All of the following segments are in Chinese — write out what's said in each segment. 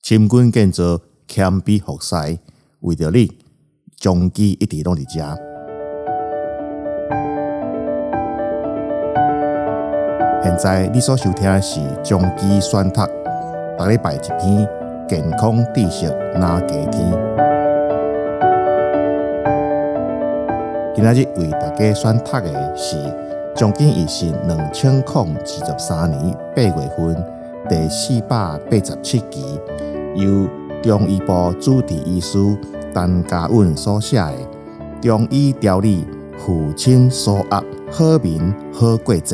深军建造谦卑服侍，为着你，将机一直拢伫遮。现在你所收听的是将机选读，每礼拜一篇健康知识哪家天。今仔日为大家选读的是将军医师2023年8月份第487期，由中医部主治医师陈嘉允所写的《中医调理父亲所压好眠好过节》。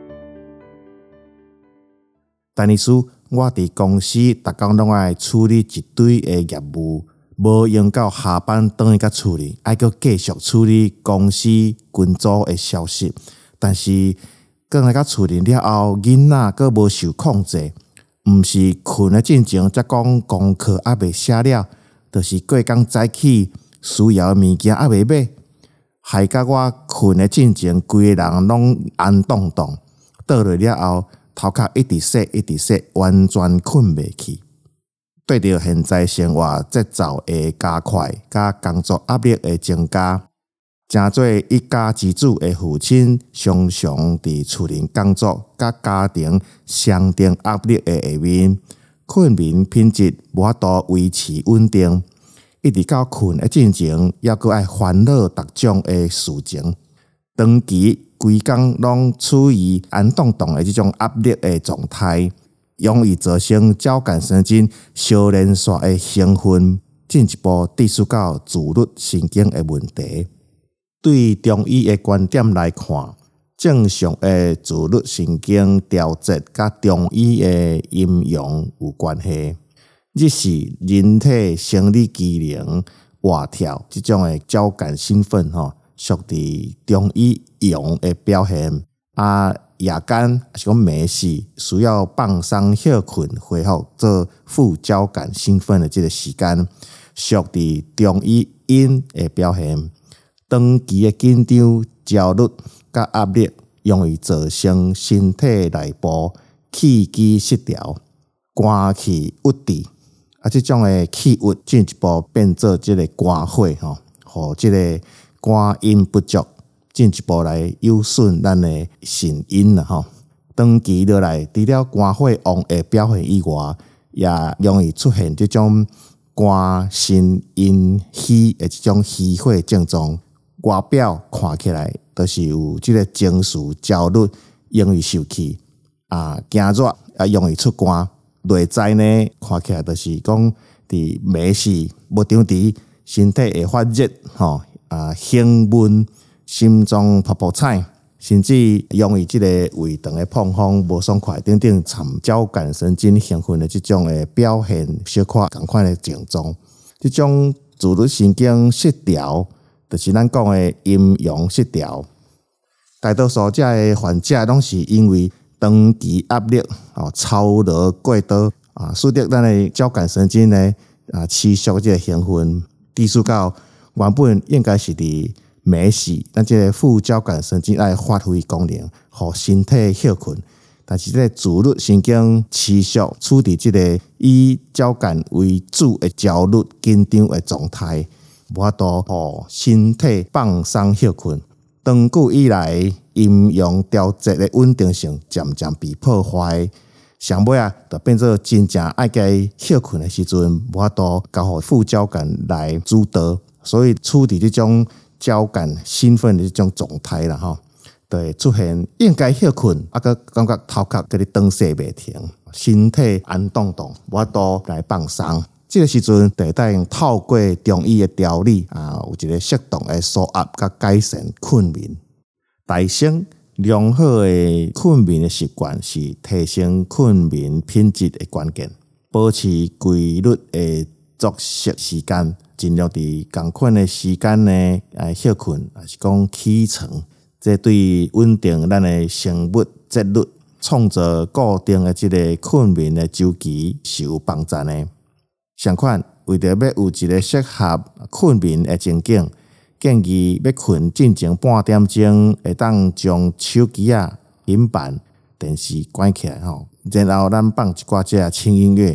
陈医师，我伫公司逐工拢爱处理一堆的业务，无用到下班转去甲处理，爱阁继续处理公司群组的消息。但是转来甲处理了后，囡仔阁无受控制，毋是困的进前才讲功课还未写了，就是过工早起需要的物件还未买，害甲我困的进前规个人拢安动动，倒落了后。头壳一直洗，完全困袂去。对着现在生活节奏的加快，甲工作压力的增加，诚做一家之主的父亲，常常伫处理工作甲家庭双重压力的下面，困眠品质无法度维持稳定，一直到困的进前，还阁爱烦恼各种的事情，长期。规工拢处于安动动的这种压力的状态，容易造成交感神经小连续的兴奋，进一步致使到自律神经的问题。对中医的观点来看，正常的自律神经调节甲中医的阴阳有关系。这是人体生理机能活跳这种的交感兴奋属于中医阳的表现，夜间是讲暝时需要放松休困恢复做副交感兴奋的这个时间，属于中医阴的表现。长期的紧张、焦虑甲压力，容易造成身体内部气机失调、肝气郁滞，这种的气郁进一步变做这个肝火和这个。肝阴不足，进一步来有损咱的肾阴啦长期落来，除了肝火旺的表现以外，也容易出现这种肝肾阴虚的这种虚火症状。外表看起来都是有这个情绪焦虑，容易受气惊热，也容易出汗。内在呢，看起来就是讲伫暝时无张持，身体会发热胸闷、心脏噗噗踩，甚至容易这个胃肠的膨风无爽快等等，参交感神经兴奋的这种的表现，小可同款的症状。这种自律神经失调，就是咱讲的阴阳失调。大多数这的患者拢是因为长期压力超劳过度使得咱的交感神经呢持续这个兴奋，致使到。原本应该是伫暝时，咱这个副交感神经爱发挥功能，互身体休困。但是这个自律神经持续处伫这个以交感为主的焦虑紧张的状态，无法度互身体放松休困。长久以来，阴阳调节的稳定性渐渐被破坏。上尾就变做真正爱该休困的时阵，无法度交互副交感来主导。所以处伫这种交感兴奋的这种状态啦就会出现应该休困，个感觉头壳给你当洗袂停，身体安动动，无法度来放松。这个时阵，就会用透过中医的调理有一个适当的舒压，甲改善困眠。提升良好的困眠的习惯是提升困眠品质的关键。保持规律的作息时间。尽量伫共款的时间呢，休困，还是讲起床，这对稳定咱的生物节律，创造固定的这个困眠的周期是有帮助的。相反，为着要有一个适合困眠的情景，建议要困进前半点钟，会当将手机平板、电视关起来然后咱放一寡这轻音乐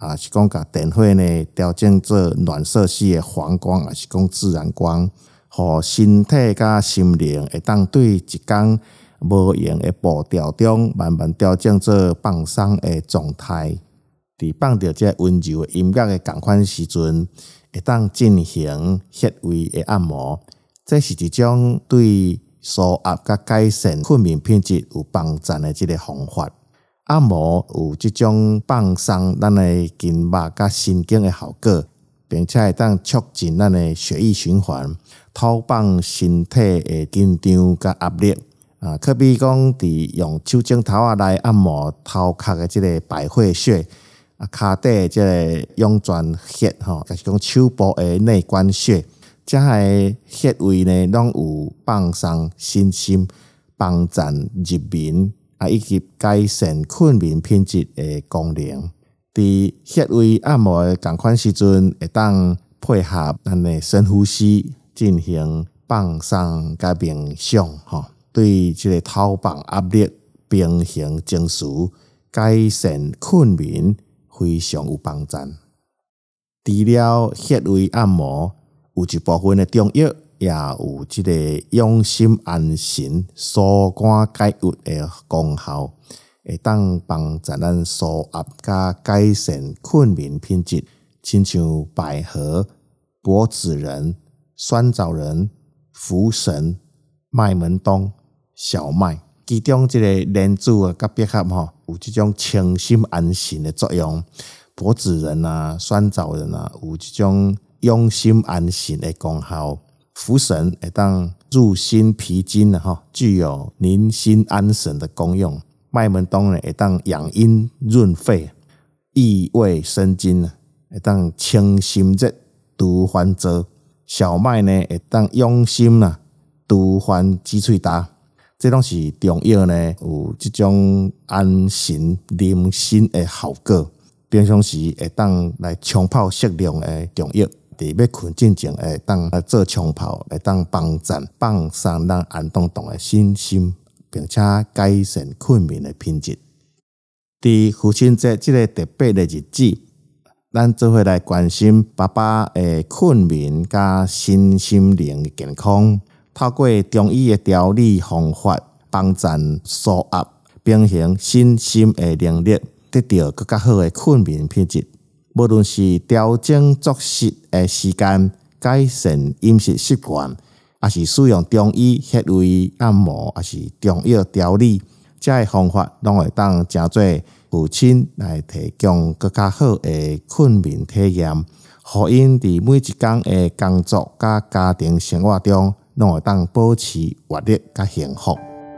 是讲甲电火呢调整做暖色系的黄光，还是讲自然光，互身体甲心灵会当对一天无用的步调中慢慢调整做放松的状态。伫放着这温柔的音乐的同款时阵，会当进行穴位的按摩，这是一种对舒压甲改善睡眠品质有帮助的这个方法。按摩有这种放松咱的筋肉甲神经的效果，并且会当促进咱的血液循环，透放身体的紧张甲压力。可比讲伫用手指头仔来按摩头壳的这个百会穴，骹底这个涌泉穴就是讲手部的内关穴，这个穴位呢，拢有放松身心、帮助入眠以及改善睡眠品质的功能。伫穴位按摩的同款时阵，会当配合咱的深呼吸进行放松甲冥想对这个头放压力、平衡情绪、改善睡眠非常有帮助。除了穴位按摩，有一部分的中药也有这个养心安神、疏肝解郁的功效，会当帮助咱舒压甲改善睡眠品质，亲像百合、柏子仁、酸枣仁、茯神、麦门冬、小麦，其中这个莲子甲百合有这种清心安神的作用。柏子仁酸枣仁有这种养心安神的功效。茯神会当入心脾经具有宁心安神的功用。麦门冬会当养阴润肺、益胃生津，会当清心热、除烦躁。小麦呢会当养心除烦支喙焦。这拢是中药呢，有这种安神宁心的效果。平常时会当来冲泡适量的中药，伫要困之前会当来做冲泡，会当帮助放松咱安顿的身心，并且改善睡眠的品质。伫父亲节这个特别的日子，咱做伙来关心爸爸的睡眠甲身心灵的健康。透过中医的调理方法，帮助舒压、平衡身心的能力，得到更加好的睡眠品质。无论是调整作息的时间、改善饮食习惯，还是使用中医穴位按摩，还是中药调理，这些方法拢会当真做父亲来提供更加好的睡眠体验，互因伫每一天的工作甲家庭生活中，拢会当保持活力甲幸福。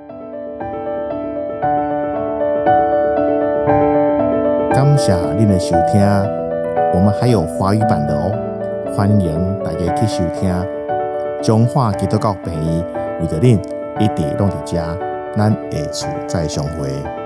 感谢您的收听，我们还有华语版的哦，欢迎大家去收听。中华基督教病院为着恁一直拢伫遮，咱下次再相会。